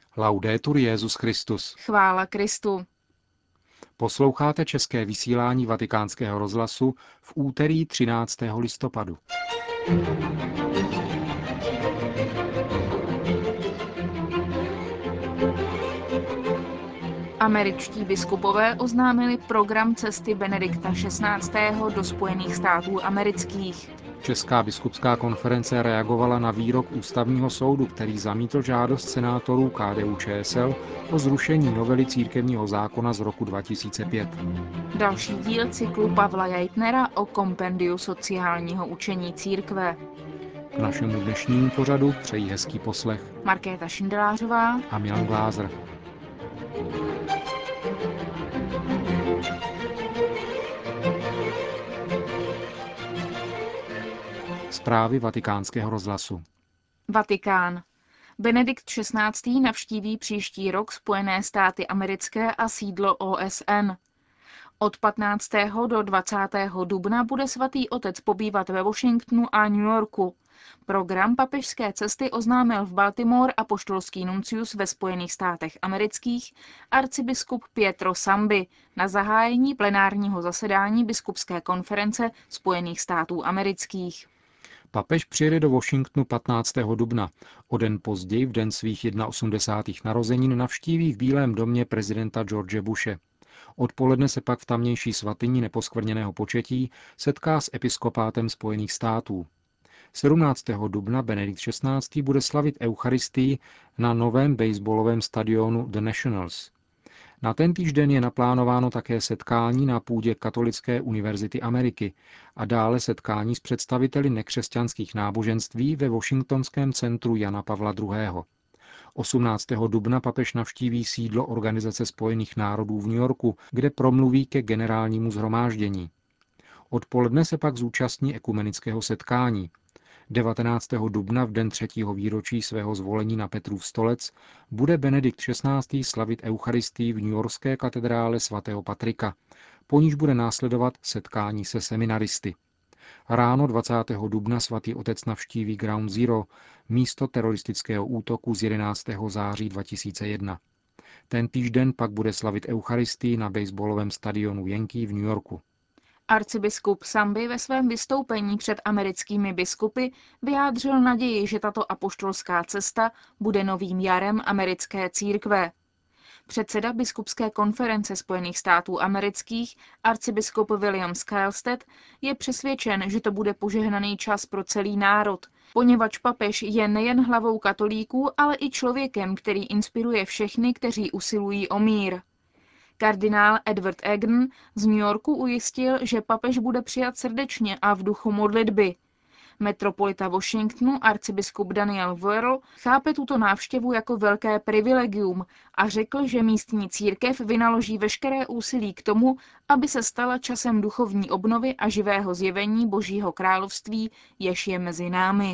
Laudetur Jesus Christus. Chvála Kristu. Posloucháte české vysílání Vatikánského rozhlasu v úterý 13. listopadu. Američtí biskupové oznámili program cesty Benedikta XVI. Do Spojených států amerických. Česká biskupská konference reagovala na výrok Ústavního soudu, který zamítl žádost senátorů KDU-ČSL o zrušení novely církevního zákona z roku 2005. Další díl cyklu Pavla Jajtnera o kompendiu sociálního učení církve. K našemu dnešnímu pořadu přejí hezký poslech Markéta Šindelářová a Milan Glázer. Zprávy Vatikánského rozhlasu. Vatikán. Benedikt XVI. Navštíví příští rok Spojené státy americké a sídlo OSN. Od 15. do 20. dubna bude svatý otec pobývat ve Washingtonu a New Yorku. Program papežské cesty oznámil v Baltimore apoštolský nuncius ve Spojených státech amerických arcibiskup Pietro Sambi na zahájení plenárního zasedání biskupské konference Spojených států amerických. Papež přijede do Washingtonu 15. dubna. O den později, v den svých 81. narozenin, navštíví v Bílém domě prezidenta George Bushe. Odpoledne se pak v tamnější svatyni neposkvrněného početí setká s episkopátem Spojených států. 17. dubna Benedikt XVI. Bude slavit eucharistii na novém baseballovém stadionu The Nationals. Na tentýž den je naplánováno také setkání na půdě Katolické univerzity Ameriky a dále setkání s představiteli nekřesťanských náboženství ve Washingtonském centru Jana Pavla II. 18. dubna papež navštíví sídlo Organizace spojených národů v New Yorku, kde promluví ke generálnímu shromáždění. Odpoledne se pak zúčastní ekumenického setkání. 19. dubna v den 3. výročí svého zvolení na Petrův stolec bude Benedikt XVI. Slavit eucharistii v newyorské katedrále svatého Patrika, po níž bude následovat setkání se seminaristy. Ráno 20. dubna svatý otec navštíví Ground Zero, místo teroristického útoku z 11. září 2001. Tentýž den pak bude slavit eucharistii na baseballovém stadionu Yankee v New Yorku. Arcibiskup Sambi ve svém vystoupení před americkými biskupy vyjádřil naději, že tato apoštolská cesta bude novým jarem americké církve. Předseda biskupské konference Spojených států amerických, arcibiskup William Skylstedt, je přesvědčen, že to bude požehnaný čas pro celý národ, poněvadž papež je nejen hlavou katolíků, ale i člověkem, který inspiruje všechny, kteří usilují o mír. Kardinál Edward Egan z New Yorku ujistil, že papež bude přijat srdečně a v duchu modlitby. Metropolita Washingtonu arcibiskup Daniel Wuerl chápe tuto návštěvu jako velké privilegium a řekl, že místní církev vynaloží veškeré úsilí k tomu, aby se stala časem duchovní obnovy a živého zjevení Božího království, jež je mezi námi.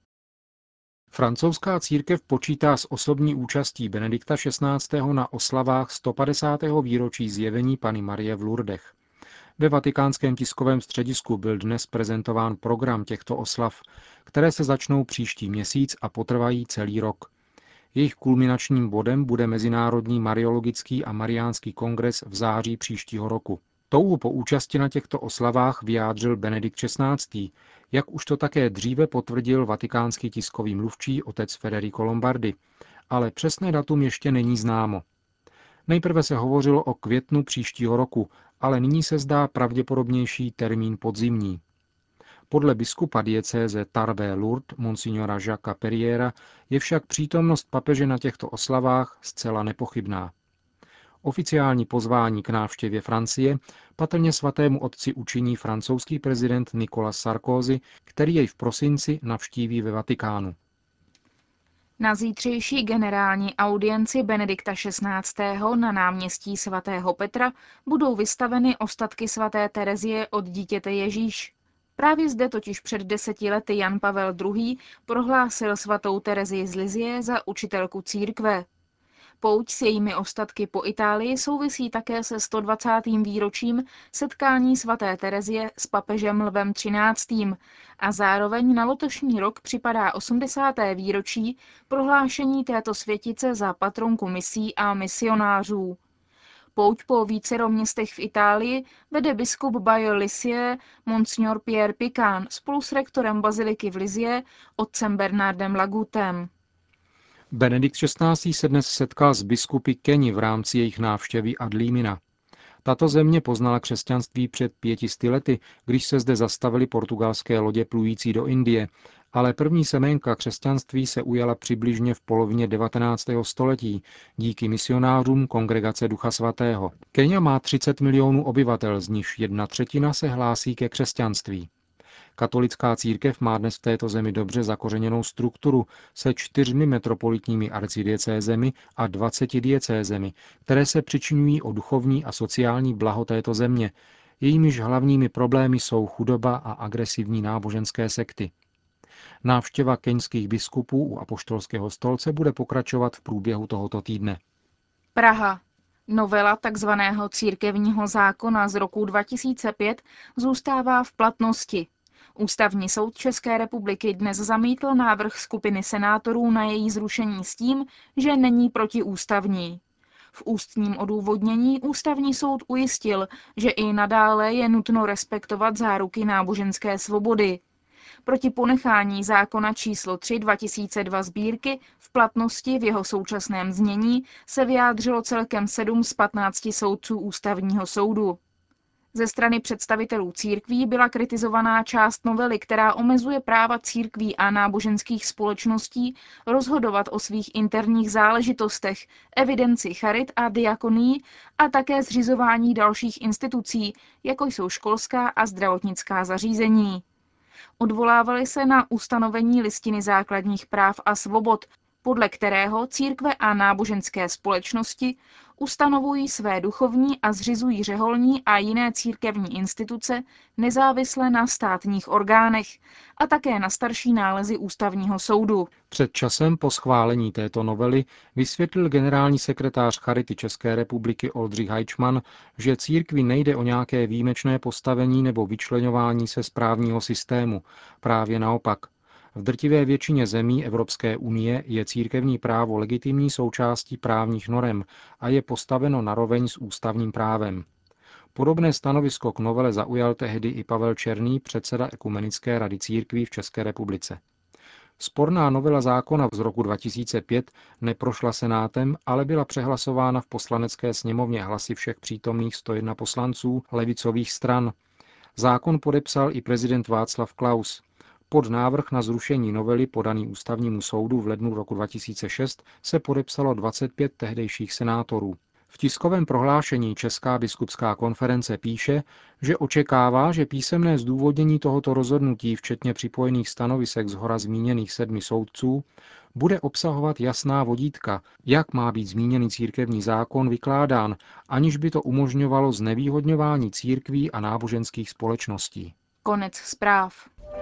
Francouzská církev počítá s osobní účastí Benedikta XVI. Na oslavách 150. výročí zjevení Panny Marie v Lourdech. Ve vatikánském tiskovém středisku byl dnes prezentován program těchto oslav, které se začnou příští měsíc a potrvají celý rok. Jejich kulminačním bodem bude Mezinárodní mariologický a mariánský kongres v září příštího roku. Touhu po účasti na těchto oslavách vyjádřil Benedikt XVI., jak už to také dříve potvrdil vatikánský tiskový mluvčí otec Federico Lombardi, ale přesné datum ještě není známo. Nejprve se hovořilo o květnu příštího roku, ale nyní se zdá pravděpodobnější termín podzimní. Podle biskupa diecéze Tarbes-Lourdes monsignora Jacques Perriera je však přítomnost papeže na těchto oslavách zcela nepochybná. Oficiální pozvání k návštěvě Francie patrně svatému otci učiní francouzský prezident Nicolas Sarkozy, který jej v prosinci navštíví ve Vatikánu. Na zítřejší generální audienci Benedikta XVI. Na náměstí svatého Petra budou vystaveny ostatky svaté Terezie od dítěte Ježíš. Právě zde totiž před 10 lety Jan Pavel II. Prohlásil svatou Terezii z Lisie za učitelku církve. Pouť s jejími ostatky po Itálii souvisí také se 120. výročím setkání svaté Terezie s papežem Lvem XIII. A zároveň na letošní rok připadá 80. výročí prohlášení této světice za patronku misí a misionářů. Pouť po vícero městech v Itálii vede biskup Bajo Lisie Monsignor Pierre Picán spolu s rektorem baziliky v Lisie otcem Bernardem Lagutem. Benedikt XVI. Se dnes setkal s biskupy Keni v rámci jejich návštěvy Adlímina. Tato země poznala křesťanství před 500 lety, když se zde zastavily portugalské lodě plující do Indie, ale první seménka křesťanství se ujala přibližně v polovině 19. století díky misionářům Kongregace Ducha Svatého. Kenia má 30 milionů obyvatel, z nichž 1/3 se hlásí ke křesťanství. Katolická církev má dnes v této zemi dobře zakořeněnou strukturu se 4 metropolitními arcidiecézemi a 20 diecézemi, které se přičiňují o duchovní a sociální blaho této země. Jejímiž hlavními problémy jsou chudoba a agresivní náboženské sekty. Návštěva keňských biskupů u apoštolského stolce bude pokračovat v průběhu tohoto týdne. Praha. Novela tzv. Církevního zákona z roku 2005 zůstává v platnosti. Ústavní soud České republiky dnes zamítl návrh skupiny senátorů na její zrušení s tím, že není protiústavní. V ústním odůvodnění ústavní soud ujistil, že i nadále je nutno respektovat záruky náboženské svobody. Proti ponechání zákona číslo 3 2002 sbírky v platnosti v jeho současném znění se vyjádřilo celkem 7 z 15 soudců ústavního soudu. Ze strany představitelů církví byla kritizovaná část novely, která omezuje práva církví a náboženských společností rozhodovat o svých interních záležitostech, evidenci charit a diakonii a také zřizování dalších institucí, jako jsou školská a zdravotnická zařízení. Odvolávali se na ustanovení Listiny základních práv a svobod, podle kterého církve a náboženské společnosti ustanovují své duchovní a zřizují řeholní a jiné církevní instituce nezávisle na státních orgánech a také na starší nálezy ústavního soudu. Před časem po schválení této novely vysvětlil generální sekretář Charity České republiky Oldřich Hajčman, že církvi nejde o nějaké výjimečné postavení nebo vyčleňování se z právního systému. Právě naopak. V drtivé většině zemí Evropské unie je církevní právo legitimní součástí právních norem a je postaveno naroveň s ústavním právem. Podobné stanovisko k novele zaujal tehdy i Pavel Černý, předseda Ekumenické rady církví v České republice. Sporná novela zákona z roku 2005 neprošla senátem, ale byla přehlasována v poslanecké sněmovně hlasy všech přítomných 101 poslanců levicových stran. Zákon podepsal i prezident Václav Klaus. Pod návrh na zrušení novely podaný ústavnímu soudu v lednu roku 2006 se podepsalo 25 tehdejších senátorů. V tiskovém prohlášení Česká biskupská konference píše, že očekává, že písemné zdůvodnění tohoto rozhodnutí, včetně připojených stanovisek shora zmíněných 7 soudců, bude obsahovat jasná vodítka, jak má být zmíněný církevní zákon vykládán, aniž by to umožňovalo znevýhodňování církví a náboženských společností. Konec zpráv.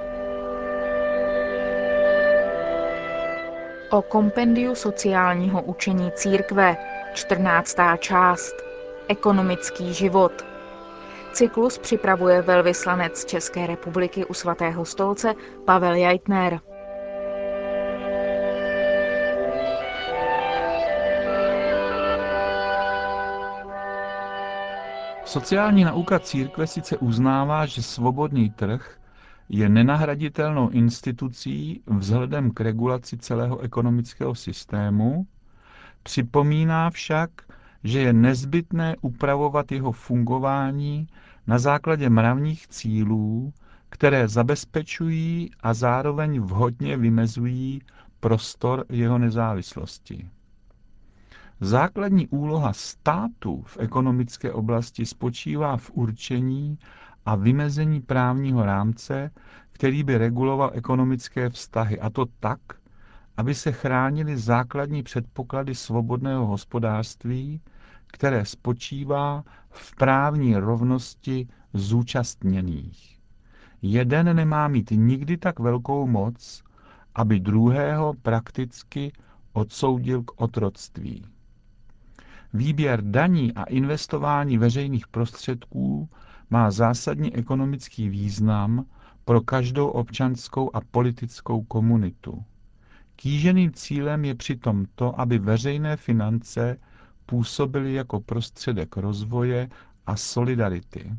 O kompendiu sociálního učení církve, 14. část. Ekonomický život. Cyklus připravuje velvyslanec České republiky u Svatého stolce Pavel Jajtner. Sociální nauka církve sice uznává, že svobodný trh je nenahraditelnou institucí vzhledem k regulaci celého ekonomického systému, připomíná však, že je nezbytné upravovat jeho fungování na základě mravních cílů, které zabezpečují a zároveň vhodně vymezují prostor jeho nezávislosti. Základní úloha státu v ekonomické oblasti spočívá v určení a vymezení právního rámce, který by reguloval ekonomické vztahy, a to tak, aby se chránily základní předpoklady svobodného hospodářství, které spočívá v právní rovnosti zúčastněných. Jeden nemá mít nikdy tak velkou moc, aby druhého prakticky odsoudil k otroctví. Výběr daní a investování veřejných prostředků má zásadní ekonomický význam pro každou občanskou a politickou komunitu. Kýženým cílem je přitom to, aby veřejné finance působily jako prostředek rozvoje a solidarity.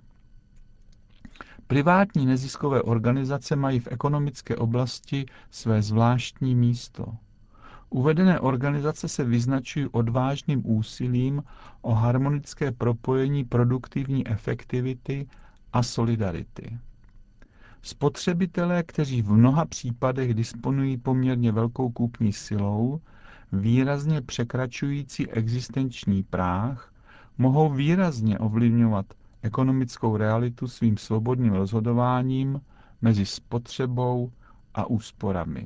Privátní neziskové organizace mají v ekonomické oblasti své zvláštní místo. Uvedené organizace se vyznačují odvážným úsilím o harmonické propojení produktivní efektivity a solidarity. Spotřebitelé, kteří v mnoha případech disponují poměrně velkou kupní silou, výrazně překračující existenční práh, mohou výrazně ovlivňovat ekonomickou realitu svým svobodným rozhodováním mezi spotřebou a úsporami.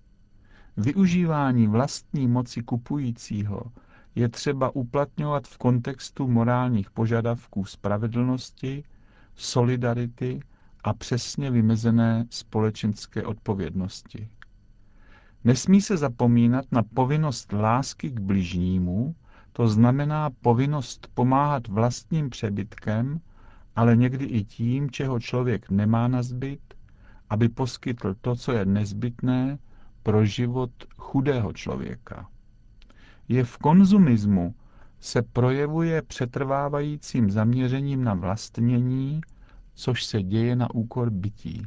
Využívání vlastní moci kupujícího je třeba uplatňovat v kontextu morálních požadavků spravedlnosti, solidarity a přesně vymezené společenské odpovědnosti. Nesmí se zapomínat na povinnost lásky k bližnímu, to znamená povinnost pomáhat vlastním přebytkem, ale někdy i tím, čeho člověk nemá nazbyt, aby poskytl to, co je nezbytné pro život chudého člověka. Je v konzumismu se projevuje přetrvávajícím zaměřením na vlastnění, což se děje na úkor bytí.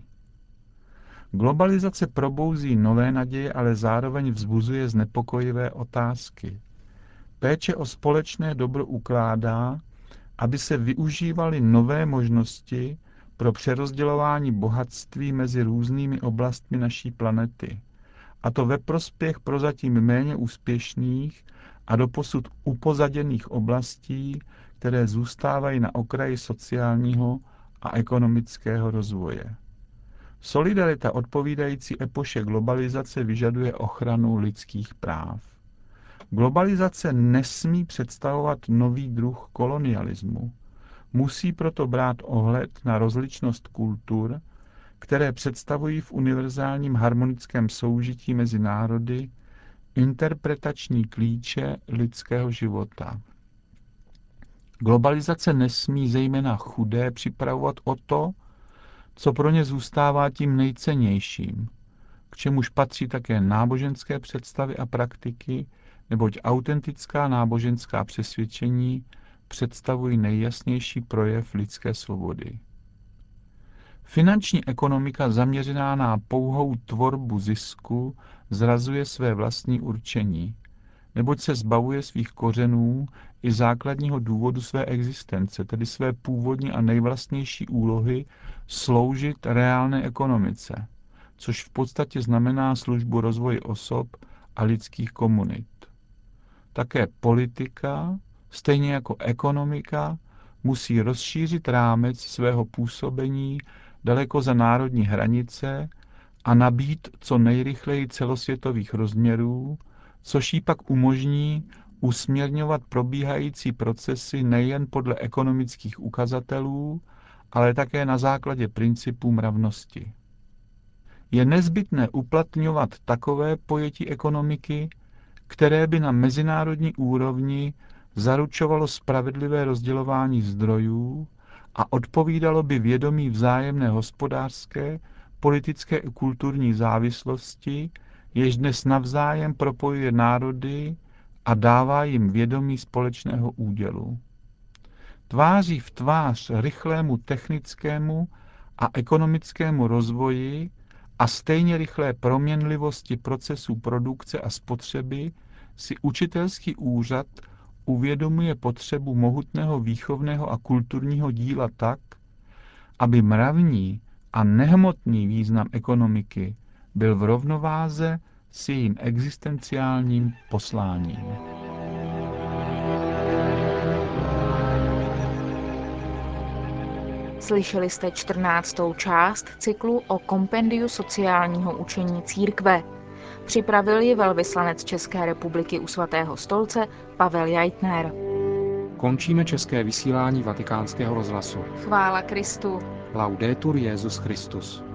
Globalizace probouzí nové naděje, ale zároveň vzbuzuje znepokojivé otázky. Péče o společné dobro ukládá, aby se využívaly nové možnosti pro přerozdělování bohatství mezi různými oblastmi naší planety, a to ve prospěch prozatím méně úspěšných a doposud upozaděných oblastí, které zůstávají na okraji sociálního a ekonomického rozvoje. Solidarita odpovídající epoše globalizace vyžaduje ochranu lidských práv. Globalizace nesmí představovat nový druh kolonialismu. Musí proto brát ohled na rozličnost kultur, které představují v univerzálním harmonickém soužití mezi národy interpretační klíče lidského života. Globalizace nesmí zejména chudé připravovat o to, co pro ně zůstává tím nejcennějším, k čemuž patří také náboženské představy a praktiky, neboť autentická náboženská přesvědčení představují nejjasnější projev lidské svobody. Finanční ekonomika zaměřená na pouhou tvorbu zisku zrazuje své vlastní určení, neboť se zbavuje svých kořenů i základního důvodu své existence, tedy své původní a nejvlastnější úlohy sloužit reálné ekonomice, což v podstatě znamená službu rozvoji osob a lidských komunit. Také politika, stejně jako ekonomika, musí rozšířit rámec svého působení daleko za národní hranice a nabýt co nejrychleji celosvětových rozměrů, což jí pak umožní usměrňovat probíhající procesy nejen podle ekonomických ukazatelů, ale také na základě principů mravnosti. Je nezbytné uplatňovat takové pojetí ekonomiky, které by na mezinárodní úrovni zaručovalo spravedlivé rozdělování zdrojů a odpovídalo by vědomí vzájemné hospodářské, politické i kulturní závislosti, jež dnes navzájem propojuje národy a dává jim vědomí společného údělu. Tváří v tvář rychlému technickému a ekonomickému rozvoji a stejně rychlé proměnlivosti procesů produkce a spotřeby si učitelský úřad uvědomuje potřebu mohutného výchovného a kulturního díla tak, aby mravní a nehmotný význam ekonomiky byl v rovnováze s jejím existenciálním posláním. Slyšeli jste 14. část cyklu o kompendiu sociálního učení církve. Připravil ji velvyslanec České republiky u Svatého stolce Pavel Jajtner. Končíme české vysílání Vatikánského rozhlasu. Chvála Kristu. Laudetur Jesus Christus.